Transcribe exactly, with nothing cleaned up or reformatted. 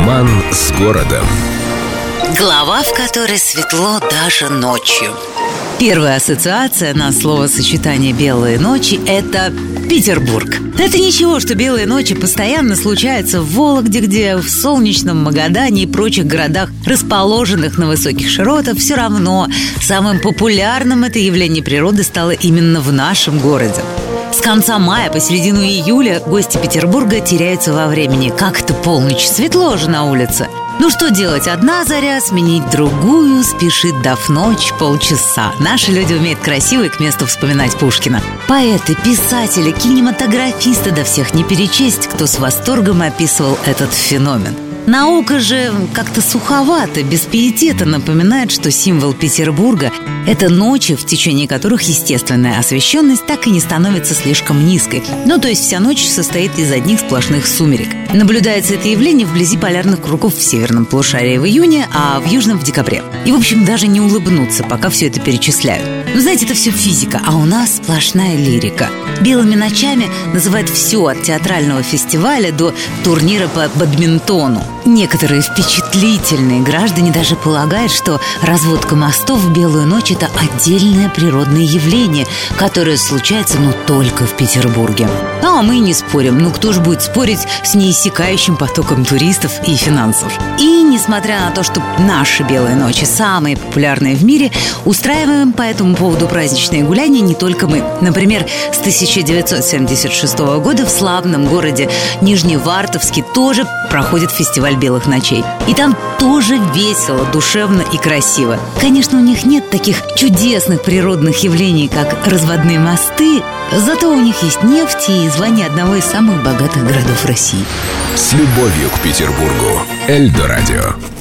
Роман с городом. Глава, в которой светло даже ночью. Первая ассоциация на словосочетание «белые ночи» — это Петербург. Это ничего, что белые ночи постоянно случаются в Вологде, где в солнечном Магадане и прочих городах, расположенных на высоких широтах, все равно самым популярным это явление природы стало именно в нашем городе. С конца мая по середину июля гости Петербурга теряются во времени. Как это полночь, светло же на улице. Ну что делать? Одна заря сменить другую, спешит дав ночь полчаса. Наши люди умеют красиво и к месту вспоминать Пушкина. Поэты, писатели, кинематографисты, да всех не перечесть, кто с восторгом описывал этот феномен. Наука же как-то суховато, без пиетета напоминает, что символ Петербурга – это ночи, в течение которых естественная освещенность так и не становится слишком низкой. Ну, то есть вся ночь состоит из одних сплошных сумерек. Наблюдается это явление вблизи полярных кругов в северном полушарии в июне, а в южном – в декабре. И, в общем, даже не улыбнуться, пока все это перечисляют. Ну, знаете, это все физика, а у нас сплошная лирика. Белыми ночами называют все от театрального фестиваля до турнира по бадминтону. Некоторые впечатлительные граждане даже полагают, что разводка мостов в белую ночь – это отдельное природное явление, которое случается, ну, только в Петербурге. А мы не спорим. Ну, кто же будет спорить с неиссякающим потоком туристов и финансов? И, несмотря на то, что наши белые ночи самые популярные в мире, устраиваем по этому поводу праздничные гуляния не только мы. Например, с тысяча девятьсот семьдесят шестого года в славном городе Нижневартовске тоже проходит фестиваль белых ночей. И там тоже весело, душевно и красиво. Конечно, у них нет таких чудесных природных явлений, как разводные мосты, зато у них есть нефть и звание одного из самых богатых городов России. С любовью к Петербургу. Эльдо радио.